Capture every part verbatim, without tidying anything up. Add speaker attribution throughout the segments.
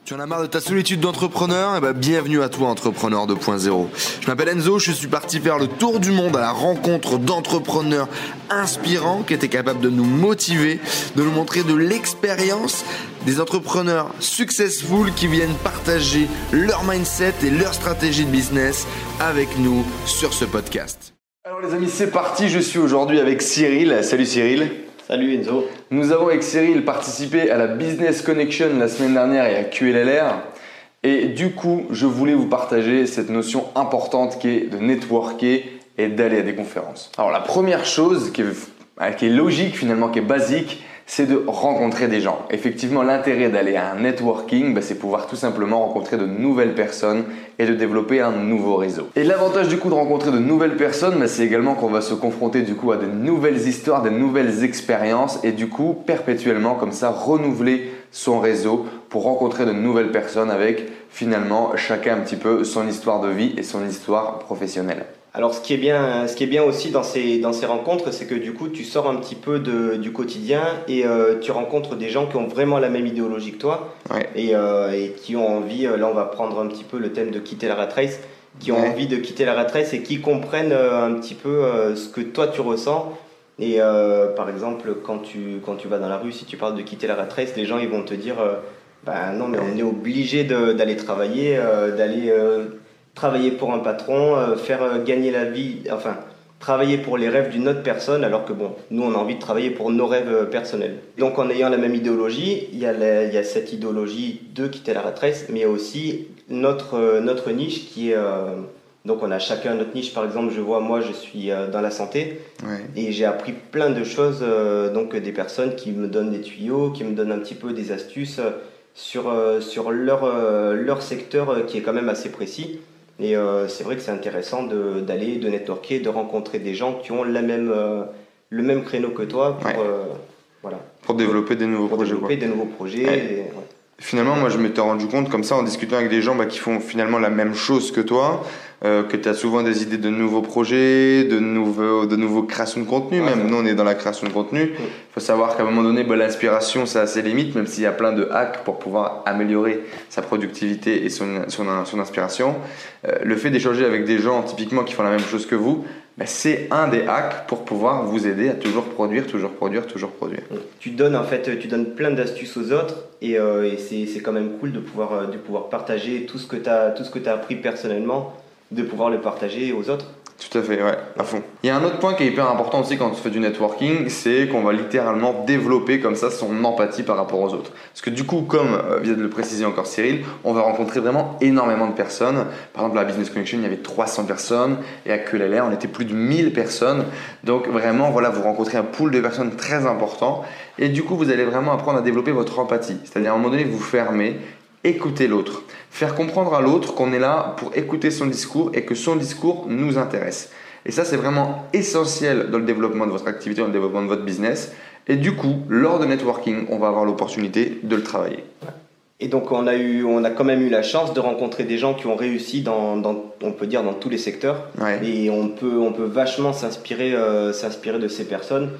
Speaker 1: Tu en as marre de ta solitude d'entrepreneur? Eh ben, bienvenue à toi, Entrepreneur deux point zéro. Je m'appelle Enzo, je suis parti faire le tour du monde à la rencontre d'entrepreneurs inspirants qui étaient capables de nous motiver, de nous montrer de l'expérience, des entrepreneurs successful qui viennent partager leur mindset et leur stratégie de business avec nous sur ce podcast. Alors les amis, c'est parti, je suis aujourd'hui avec Cyril. Salut Cyril.
Speaker 2: Salut Enzo.
Speaker 1: Nous avons avec Cyril participé à la Business Connection la semaine dernière et à Q L L R. Et du coup, je voulais vous partager cette notion importante qui est de networker et d'aller à des conférences. Alors la première chose qui est, qui est logique finalement, qui est basique, c'est de rencontrer des gens. Effectivement, l'intérêt d'aller à un networking, bah, c'est pouvoir tout simplement rencontrer de nouvelles personnes et de développer un nouveau réseau. Et l'avantage du coup de rencontrer de nouvelles personnes, bah, c'est également qu'on va se confronter du coup à de nouvelles histoires, de nouvelles expériences et du coup perpétuellement comme ça renouveler son réseau pour rencontrer de nouvelles personnes avec finalement chacun un petit peu son histoire de vie et son histoire professionnelle.
Speaker 2: Alors ce qui est bien, ce qui est bien aussi dans ces, dans ces rencontres, c'est que du coup tu sors un petit peu de, du quotidien et euh, tu rencontres des gens qui ont vraiment la même idéologie que toi,
Speaker 1: ouais.
Speaker 2: et, euh, et qui ont envie, là on va prendre un petit peu le thème de quitter la rat race, qui ont ouais. envie de quitter la rat race et qui comprennent euh, un petit peu euh, ce que toi tu ressens. Et euh, par exemple quand tu, quand tu vas dans la rue, si tu parles de quitter la rat race, les gens ils vont te dire euh, bah non mais on est obligé de, d'aller travailler, euh, d'aller... Euh, travailler pour un patron, euh, faire euh, gagner la vie, enfin travailler pour les rêves d'une autre personne, alors que bon, nous on a envie de travailler pour nos rêves euh, personnels. Donc en ayant la même idéologie, il y a, la, il y a cette idéologie de quitter la rat race, mais il y a aussi notre, euh, notre niche qui est... Euh, donc on a chacun notre niche. Par exemple, je vois, moi je suis euh, dans la santé, ouais. et j'ai appris plein de choses, euh, donc des personnes qui me donnent des tuyaux, qui me donnent un petit peu des astuces euh, sur, euh, sur leur, euh, leur secteur euh, qui est quand même assez précis. Et euh, c'est vrai que c'est intéressant de, d'aller, de networker, de rencontrer des gens qui ont la même, euh, le même créneau que toi pour, ouais. euh, voilà.
Speaker 1: pour développer des nouveaux
Speaker 2: pour
Speaker 1: projets.
Speaker 2: Développer
Speaker 1: quoi.
Speaker 2: des nouveaux projets.
Speaker 1: Ouais.
Speaker 2: Et, ouais.
Speaker 1: Finalement, moi je m'étais rendu compte comme ça en discutant avec des gens bah, qui font finalement la même chose que toi, euh, que tu as souvent des idées de nouveaux projets, de nouveaux, de nouveaux créations de contenu. Ouais, même nous on est dans la création de contenu. Il ouais. faut savoir qu'à un moment donné, bah, l'inspiration ça a ses limites, même s'il y a plein de hacks pour pouvoir améliorer sa productivité et son, son, son inspiration. Euh, le fait d'échanger avec des gens typiquement qui font la même chose que vous, bah, c'est un des hacks pour pouvoir vous aider à toujours produire, toujours produire, toujours produire.
Speaker 2: Tu donnes en fait, tu donnes plein d'astuces aux autres et, euh, et c'est, c'est quand même cool de pouvoir, de pouvoir partager tout ce que tu as, tout ce que tu as appris personnellement, de pouvoir le partager aux autres.
Speaker 1: Tout à fait, ouais, à fond. Il y a un autre point qui est hyper important aussi quand on fait du networking, c'est qu'on va littéralement développer comme ça son empathie par rapport aux autres. Parce que du coup, comme euh, vient de le préciser encore Cyril, on va rencontrer vraiment énormément de personnes. Par exemple, à la Business Connection, il y avait trois cents personnes et à Q L L R, on était plus de mille personnes. Donc vraiment, voilà, vous rencontrez un pool de personnes très important et du coup, vous allez vraiment apprendre à développer votre empathie. C'est-à-dire à un moment donné, vous fermez, écoutez l'autre. Faire comprendre à l'autre qu'on est là pour écouter son discours et que son discours nous intéresse. Et ça, c'est vraiment essentiel dans le développement de votre activité, dans le développement de votre business. Et du coup, lors de networking, on va avoir l'opportunité de le travailler.
Speaker 2: Et donc, on a, eu, on a quand même eu la chance de rencontrer des gens qui ont réussi dans, dans on peut dire, dans tous les secteurs.
Speaker 1: Ouais.
Speaker 2: Et on peut, on peut vachement s'inspirer, euh, s'inspirer de ces personnes.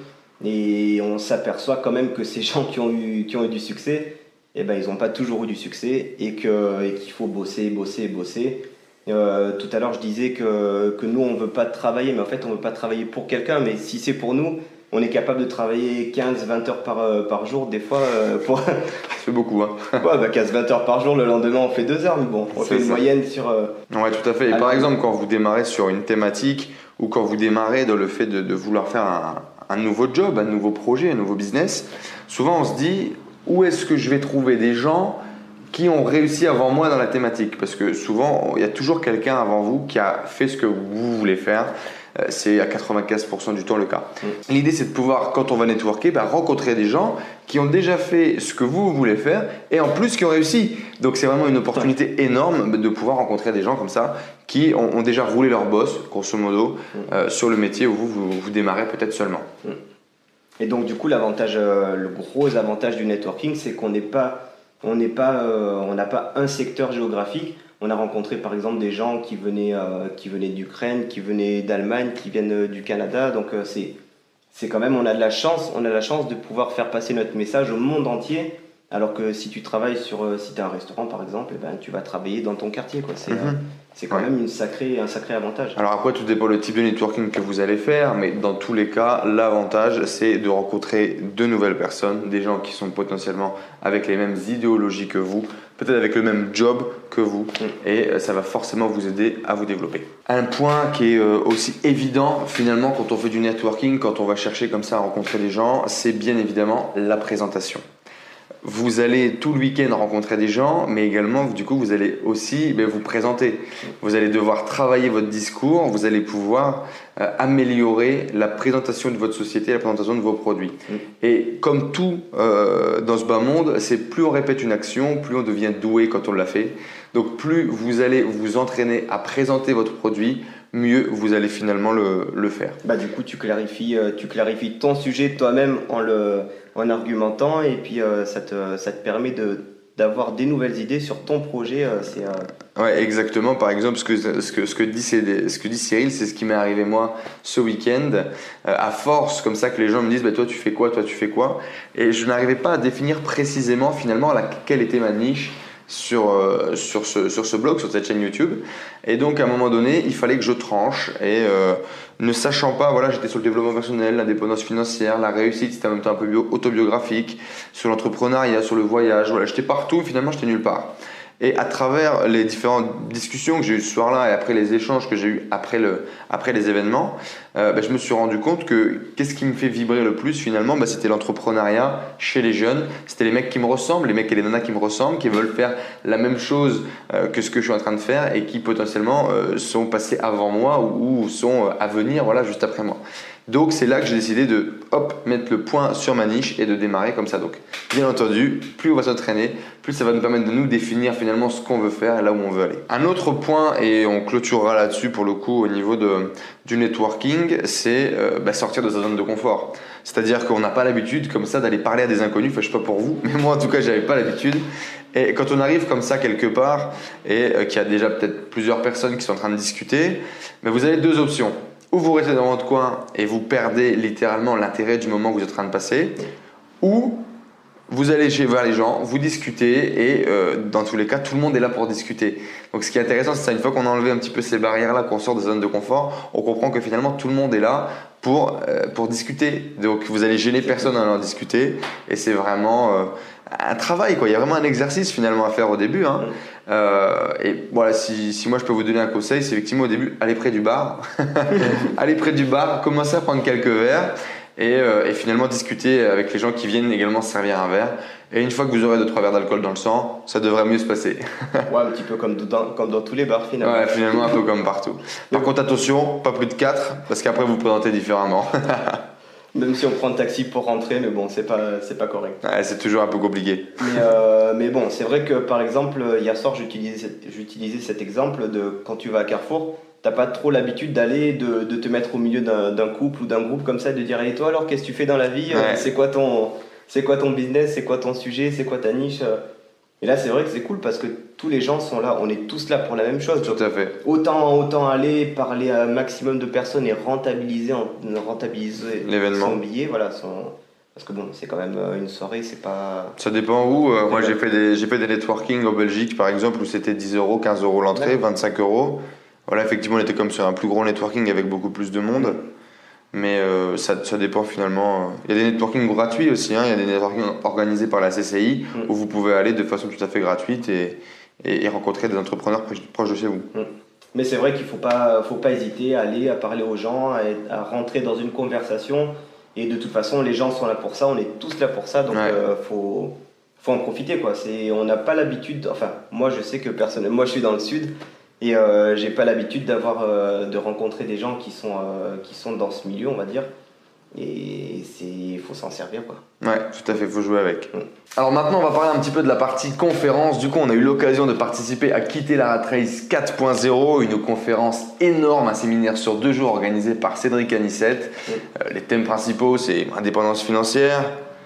Speaker 2: Et on s'aperçoit quand même que ces gens qui ont eu, qui ont eu du succès, eh ben, ils n'ont pas toujours eu du succès et, que, et qu'il faut bosser, bosser, bosser. Euh, tout à l'heure, je disais que, que nous, on ne veut pas travailler, mais en fait, on ne veut pas travailler pour quelqu'un. Mais si c'est pour nous, on est capable de travailler quinze vingt heures par, par jour, des fois. Euh, pour...
Speaker 1: C'est beaucoup, hein.
Speaker 2: Ouais, bah quinze vingt heures par jour, le lendemain, on fait deux heures, mais bon, on c'est fait ça. Une moyenne sur... Euh...
Speaker 1: Ouais, tout à fait. Et par exemple, quand vous démarrez sur une thématique ou quand vous démarrez dans le fait de, de vouloir faire un, un nouveau job, un nouveau projet, un nouveau business, souvent, on se dit... Où est-ce que je vais trouver des gens qui ont réussi avant moi dans la thématique? Parce que souvent, il y a toujours quelqu'un avant vous qui a fait ce que vous voulez faire. C'est à quatre-vingt-quinze pour cent du temps le cas. Mmh. L'idée, c'est de pouvoir, quand on va networker, bah, rencontrer des gens qui ont déjà fait ce que vous, vous voulez faire et en plus qui ont réussi. Donc, c'est vraiment une opportunité énorme de pouvoir rencontrer des gens comme ça qui ont, ont déjà roulé leur boss, grosso modo, mmh. euh, sur le métier où vous, vous, vous démarrez peut-être seulement.
Speaker 2: Mmh. Et donc du coup, l'avantage, euh, le gros avantage du networking, c'est qu'on n'est pas, on n'est pas, euh, on n'a pas un secteur géographique. On a rencontré par exemple des gens qui venaient, euh, qui venaient d'Ukraine, qui venaient d'Allemagne, qui viennent du Canada. Donc euh, c'est, c'est quand même, on a de la chance, on a la chance de pouvoir faire passer notre message au monde entier Alors que si tu travailles sur, euh, si tu as un restaurant par exemple, eh ben, tu vas travailler dans ton quartier, quoi. C'est,
Speaker 1: Mm-hmm.
Speaker 2: euh, c'est quand
Speaker 1: Ouais.
Speaker 2: même une sacrée, un sacré avantage.
Speaker 1: Alors après, tout dépend le type de networking que vous allez faire, mais dans tous les cas, l'avantage, c'est de rencontrer de nouvelles personnes, des gens qui sont potentiellement avec les mêmes idéologies que vous, peut-être avec le même job que vous,
Speaker 2: Mm.
Speaker 1: et ça va forcément vous aider à vous développer. Un point qui est aussi évident finalement quand on fait du networking, quand on va chercher comme ça à rencontrer des gens, c'est bien évidemment la présentation. Vous allez tout le week-end rencontrer des gens, mais également, du coup, vous allez aussi ben, vous présenter. Vous allez devoir travailler votre discours, vous allez pouvoir euh, améliorer la présentation de votre société, la présentation de vos produits.
Speaker 2: Mm.
Speaker 1: Et comme tout euh, dans ce bas monde, c'est plus on répète une action, plus on devient doué quand on l'a fait. Donc, plus vous allez vous entraîner à présenter votre produit, mieux vous allez finalement le, le faire.
Speaker 2: Bah, du coup, tu clarifies, euh, tu clarifies ton sujet toi-même en, le, en argumentant et puis euh, ça, te, ça te permet de, d'avoir des nouvelles idées sur ton projet. Euh, c'est, euh...
Speaker 1: Ouais, exactement. Par exemple, ce que, ce que, ce que, dit, ce que dit Cyril, c'est ce qui m'est arrivé moi ce week-end. Euh, à force, comme ça, que les gens me disent bah, toi tu fais quoi, toi tu fais quoi. Et je n'arrivais pas à définir précisément finalement la, quelle était ma niche sur, euh, sur, ce, sur ce blog, sur cette chaîne YouTube. Et donc à un moment donné, il fallait que je tranche. Et euh, ne sachant pas, voilà, j'étais sur le développement personnel, l'indépendance financière, la réussite, c'était en même temps un peu bio, autobiographique, sur l'entrepreneuriat, sur le voyage. Voilà, j'étais partout, finalement j'étais nulle part. Et à travers les différentes discussions que j'ai eues ce soir-là et après les échanges que j'ai eus après, le, après les événements, euh, bah, je me suis rendu compte que qu'est-ce qui me fait vibrer le plus finalement, bah, c'était l'entrepreneuriat chez les jeunes. C'était les mecs qui me ressemblent, les mecs et les nanas qui me ressemblent, qui veulent faire la même chose euh, que ce que je suis en train de faire et qui potentiellement euh, sont passés avant moi ou, ou sont à venir voilà, juste après moi. Donc c'est là que j'ai décidé de hop, mettre le point sur ma niche et de démarrer comme ça. Donc bien entendu, plus on va s'entraîner, plus ça va nous permettre de nous définir finalement ce qu'on veut faire et là où on veut aller. Un autre point, et on clôturera là-dessus pour le coup au niveau de, du networking, c'est euh, bah, sortir de sa zone de confort. C'est-à-dire qu'on n'a pas l'habitude comme ça d'aller parler à des inconnus, enfin je sais pas pour vous, mais moi en tout cas j'avais pas l'habitude. Et quand on arrive comme ça quelque part et euh, qu'il y a déjà peut-être plusieurs personnes qui sont en train de discuter, bah, vous avez deux options. Ou vous restez dans votre coin et vous perdez littéralement l'intérêt du moment que vous êtes en train de passer, ou vous allez chez vers les gens, vous discutez et euh, dans tous les cas, tout le monde est là pour discuter. Donc ce qui est intéressant, c'est ça, une fois qu'on a enlevé un petit peu ces barrières-là, qu'on sort de zone de confort, on comprend que finalement tout le monde est là pour, euh, pour discuter. Donc vous allez gêner personne en allant discuter et c'est vraiment euh, un travail, quoi. Il y a vraiment un exercice finalement à faire au début. Hein. Euh, et voilà, si, si moi je peux vous donner un conseil, c'est effectivement au début, allez près du bar, allez près du bar, commencez à prendre quelques verres. Et, euh, et finalement discuter avec les gens qui viennent également se servir un verre. Et une fois que vous aurez deux trois verres d'alcool dans le sang, ça devrait mieux se passer.
Speaker 2: Ouais, un petit peu comme dans, comme dans tous les bars finalement.
Speaker 1: Ouais, finalement un peu comme partout. Par contre attention, pas plus de quatre, parce qu'après vous vous présentez différemment.
Speaker 2: Même si on prend le taxi pour rentrer, mais bon, c'est pas, c'est pas correct.
Speaker 1: Ouais, c'est toujours un peu compliqué.
Speaker 2: Mais, euh, mais bon, c'est vrai que par exemple, hier soir, j'utilisais, j'utilisais cet exemple de quand tu vas à Carrefour. T'as pas trop l'habitude d'aller, de, de te mettre au milieu d'un, d'un couple ou d'un groupe comme ça, de dire et toi alors qu'est-ce que tu fais dans la vie,
Speaker 1: ouais.
Speaker 2: c'est quoi ton, c'est quoi ton business, c'est quoi ton sujet, c'est quoi ta niche. Et là c'est vrai que c'est cool parce que tous les gens sont là, on est tous là pour la même chose.
Speaker 1: Tout à fait.
Speaker 2: Autant, autant aller parler à un maximum de personnes et rentabiliser, rentabiliser
Speaker 1: l'événement.
Speaker 2: Son billet, voilà, son... Parce que bon, c'est quand même une soirée, c'est pas...
Speaker 1: Ça dépend où. Euh, moi j'ai fait, des, j'ai fait des networking en Belgique par exemple où c'était dix euros, quinze euros l'entrée, ouais. vingt-cinq euros. Voilà, effectivement, on était comme sur un plus gros networking avec beaucoup plus de monde. Mais euh, ça, ça dépend finalement. Il y a des networking gratuits aussi. Hein. Il y a des networking organisés par la C C I mm. où vous pouvez aller de façon tout à fait gratuite et, et, et rencontrer des entrepreneurs proches de chez vous.
Speaker 2: Mm. Mais c'est vrai qu'il ne faut pas, faut pas hésiter à aller, à parler aux gens, à, à rentrer dans une conversation. Et de toute façon, les gens sont là pour ça. On est tous là pour ça. Donc, il ouais. euh, faut, faut en profiter, quoi. C'est, on n'a pas l'habitude... Enfin, moi, je sais que personnellement, moi, je suis dans le sud. Et euh, j'ai pas l'habitude d'avoir, euh, de rencontrer des gens qui sont, euh, qui sont dans ce milieu, on va dire. Et il faut s'en servir, quoi.
Speaker 1: Ouais, tout à fait, il faut jouer avec. Mm. Alors maintenant, on va parler un petit peu de la partie conférence. Du coup, on a eu l'occasion de participer à Quitter la Rat Race quatre point zéro, une conférence énorme, un séminaire sur deux jours organisé par Cédric Anissette. Mm. Euh, les thèmes principaux, c'est indépendance financière,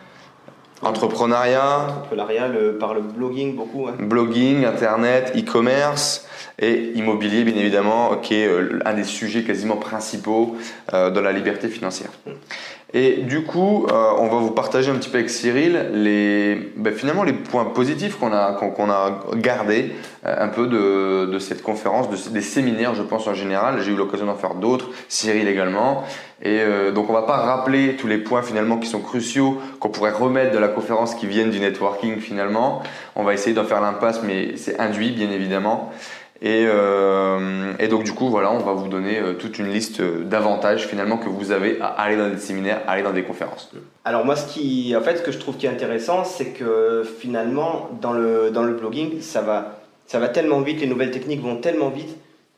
Speaker 1: entrepreneuriat,
Speaker 2: entrepreneuriat le, par le blogging beaucoup. Hein.
Speaker 1: Blogging, internet, e-commerce et immobilier bien évidemment, qui est euh, un des sujets quasiment principaux euh, dans la liberté financière. Et du coup, euh, on va vous partager un petit peu avec Cyril les, ben finalement les points positifs qu'on a, qu'on, qu'on a gardés euh, un peu de, de cette conférence, de, des séminaires, je pense en général. J'ai eu l'occasion d'en faire d'autres, Cyril également. Et euh, donc, on va pas rappeler tous les points finalement qui sont cruciaux, qu'on pourrait remettre de la conférence qui viennent du networking finalement. On va essayer d'en faire l'impasse, mais c'est induit bien évidemment. Et, euh, et donc du coup voilà, on va vous donner euh, toute une liste d'avantages finalement que vous avez à aller dans des séminaires, à aller dans des conférences.
Speaker 2: Alors moi, ce qui, en fait, ce que je trouve qui est intéressant, c'est que finalement dans le dans le blogging, ça va ça va tellement vite, les nouvelles techniques vont tellement vite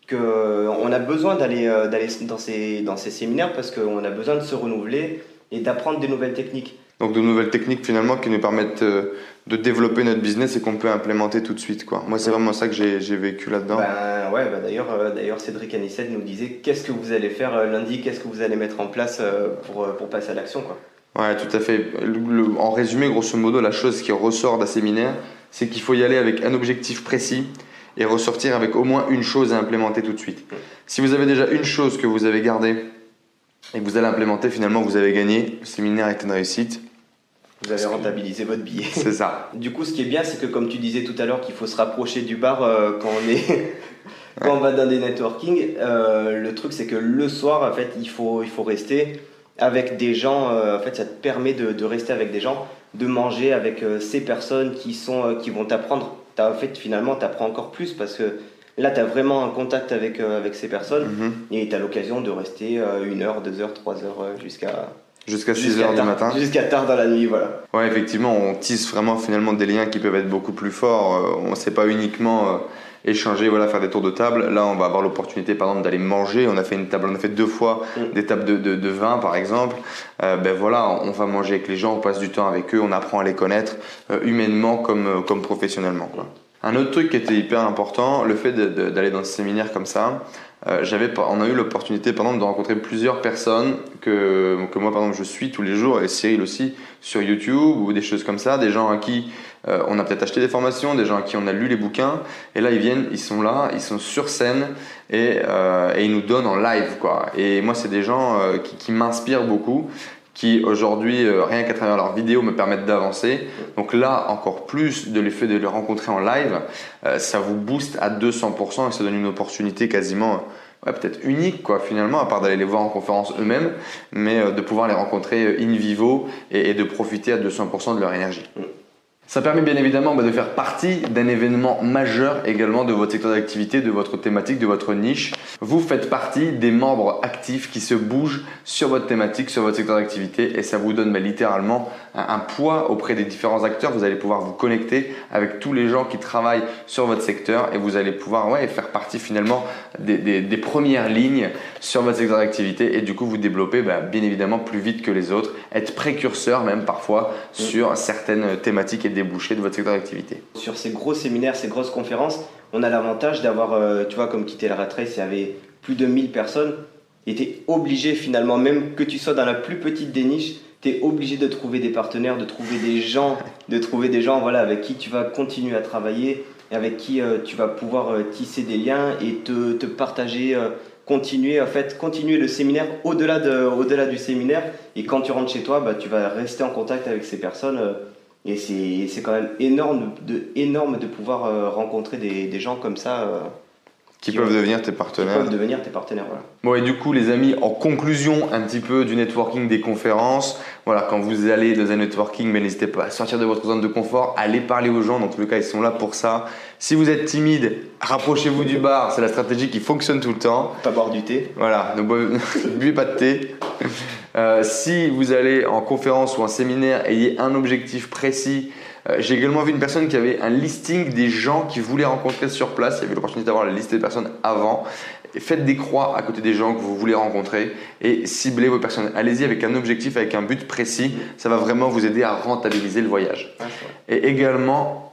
Speaker 2: que on a besoin d'aller euh, d'aller dans ces dans ces séminaires parce qu'on a besoin de se renouveler et d'apprendre des nouvelles techniques.
Speaker 1: Donc de nouvelles techniques finalement qui nous permettent euh, de développer notre business et qu'on peut implémenter tout de suite, quoi. Moi c'est vraiment ça que j'ai, j'ai vécu là-dedans.
Speaker 2: Ben ouais, ben d'ailleurs, euh, d'ailleurs Cédric Anissette nous disait qu'est-ce que vous allez faire euh, lundi, qu'est-ce que vous allez mettre en place euh, pour, euh, pour passer à l'action, quoi.
Speaker 1: Ouais, tout à fait. Le- le- en résumé, grosso modo, la chose qui ressort d'un séminaire, c'est qu'il faut y aller avec un objectif précis et ressortir avec au moins une chose à implémenter tout de suite. Si vous avez déjà une chose que vous avez gardée et que vous allez implémenter, finalement vous avez gagné. Le séminaire est une réussite.
Speaker 2: Vous avez rentabilisé votre billet.
Speaker 1: C'est ça.
Speaker 2: Du coup, ce qui est bien, c'est que comme tu disais tout à l'heure qu'il faut se rapprocher du bar euh, quand on est quand on va dans des networking, euh, le truc c'est que le soir, en fait, il faut, il faut rester avec des gens. Euh, en fait, ça te permet de, de rester avec des gens, de manger avec euh, ces personnes qui, sont, euh, qui vont t'apprendre. T'as, en fait, finalement, tu apprends encore plus parce que là, tu as vraiment un contact avec, euh, avec ces personnes
Speaker 1: Mm-hmm.
Speaker 2: et tu as l'occasion de rester euh, une heure, deux heures, trois heures euh, jusqu'à.
Speaker 1: Jusqu'à six
Speaker 2: Jusqu'à
Speaker 1: heures du
Speaker 2: tard,
Speaker 1: matin.
Speaker 2: jusqu'à tard dans la nuit, voilà.
Speaker 1: Ouais, effectivement, on tisse vraiment finalement des liens qui peuvent être beaucoup plus forts. Euh, on ne sait pas uniquement euh, échanger, voilà, faire des tours de table. Là, on va avoir l'opportunité, par exemple, d'aller manger. On a fait une table, on a fait deux fois
Speaker 2: Mm.
Speaker 1: des tables de, de, de vin, par exemple. Euh, ben voilà, on va manger avec les gens, on passe du temps avec eux, on apprend à les connaître euh, humainement comme, euh, comme professionnellement, quoi. Un autre truc qui était hyper important, le fait de, de, d'aller dans ce séminaire comme ça. Euh, j'avais, on a eu l'opportunité par exemple de rencontrer plusieurs personnes que, que moi par exemple je suis tous les jours et Cyril aussi sur YouTube ou des choses comme ça, des gens à qui euh, on a peut-être acheté des formations, des gens à qui on a lu les bouquins et là ils viennent, ils sont là, ils sont sur scène et, euh, et ils nous donnent en live, quoi. Et moi c'est des gens euh, qui, qui m'inspirent beaucoup, qui aujourd'hui, euh, rien qu'à travers leurs vidéos, me permettent d'avancer. Donc là, encore plus de l'effet de les rencontrer en live, euh, ça vous booste à deux cents pour cent et ça donne une opportunité quasiment, ouais, peut-être unique, quoi, finalement, à part d'aller les voir en conférence eux-mêmes, mais euh, de pouvoir les rencontrer in vivo et, et de profiter à deux cents pour cent de leur énergie. Ça permet bien évidemment bah, de faire partie d'un événement majeur également de votre secteur d'activité, de votre thématique, de votre niche. Vous faites partie des membres actifs qui se bougent sur votre thématique, sur votre secteur d'activité et ça vous donne bah, littéralement un, un poids auprès des différents acteurs. Vous allez pouvoir vous connecter avec tous les gens qui travaillent sur votre secteur et vous allez pouvoir ouais, faire partie finalement des, des, des premières lignes sur votre secteur d'activité et du coup vous développer bah, bien évidemment plus vite que les autres, être précurseur même parfois sur certaines thématiques et débouchés de votre secteur d'activité.
Speaker 2: Sur ces gros séminaires, ces grosses conférences, on a l'avantage d'avoir, euh, tu vois, comme quitter la rat race, il y avait plus de mille personnes. Et tu es obligé finalement, même que tu sois dans la plus petite des niches, tu es obligé de trouver des partenaires, de trouver des gens, de trouver des gens voilà, avec qui tu vas continuer à travailler, et avec qui euh, tu vas pouvoir euh, tisser des liens et te, te partager, euh, continuer, en fait, continuer le séminaire au-delà, de, au-delà du séminaire. Et quand tu rentres chez toi, bah, tu vas rester en contact avec ces personnes. Euh, Et c'est, c'est quand même énorme de, énorme de pouvoir euh, rencontrer des, des gens comme ça. Euh,
Speaker 1: Qui,
Speaker 2: qui
Speaker 1: peuvent
Speaker 2: ont-
Speaker 1: devenir tes
Speaker 2: qui
Speaker 1: partenaires.
Speaker 2: peuvent devenir tes partenaires. Voilà.
Speaker 1: Bon et du coup les amis, en conclusion un petit peu du networking, des conférences, voilà, quand vous allez dans un networking, mais n'hésitez pas à sortir de votre zone de confort, allez parler aux gens, dans tous les cas ils sont là pour ça. Si vous êtes timide, rapprochez-vous du bar, c'est la stratégie qui fonctionne tout le temps.
Speaker 2: Pas boire du thé.
Speaker 1: Voilà, ne bu- ne buvez pas de thé. Euh, si vous allez en conférence ou en séminaire, ayez un objectif précis. Euh, j'ai également vu une personne qui avait un listing des gens qui voulait rencontrer sur place. Il y avait l'opportunité d'avoir la liste des personnes avant. Et faites des croix à côté des gens que vous voulez rencontrer et ciblez vos personnes. Allez-y avec un objectif, avec un but précis. Ça va vraiment vous aider à rentabiliser le voyage.
Speaker 2: Ah, c'est vrai.
Speaker 1: Et également,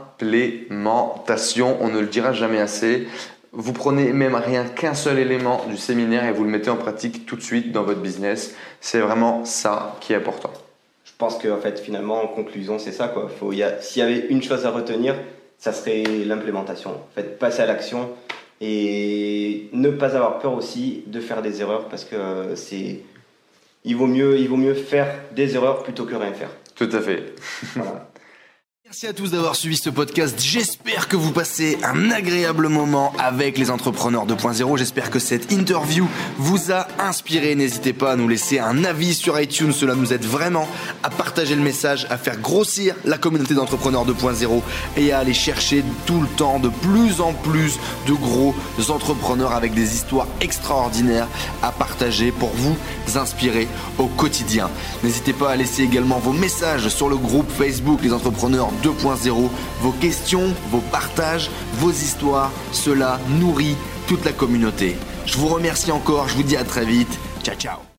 Speaker 1: implémentation. On ne le dira jamais assez. Vous prenez même rien qu'un seul élément du séminaire et vous le mettez en pratique tout de suite dans votre business. C'est vraiment ça qui est important.
Speaker 2: Je pense que en fait, finalement, en conclusion, c'est ça. Quoi. Faut, il y a, s'il y avait une chose à retenir, ça serait l'implémentation. En fait, passer à l'action et ne pas avoir peur aussi de faire des erreurs parce que euh, c'est... il vaut mieux, il vaut mieux faire des erreurs plutôt que rien faire.
Speaker 1: Tout à fait.
Speaker 2: Voilà.
Speaker 3: Merci à tous d'avoir suivi ce podcast. J'espère que vous passez un agréable moment avec les entrepreneurs deux point zéro. J'espère que cette interview vous a inspiré. N'hésitez pas à nous laisser un avis sur iTunes. Cela nous aide vraiment à partager le message, à faire grossir la communauté d'entrepreneurs deux point zéro et à aller chercher tout le temps de plus en plus de gros entrepreneurs avec des histoires extraordinaires à partager pour vous inspirer au quotidien. N'hésitez pas à laisser également vos messages sur le groupe Facebook Les Entrepreneurs deux point zéro, vos questions, vos partages, vos histoires, cela nourrit toute la communauté. Je vous remercie encore, je vous dis à très vite. Ciao ciao.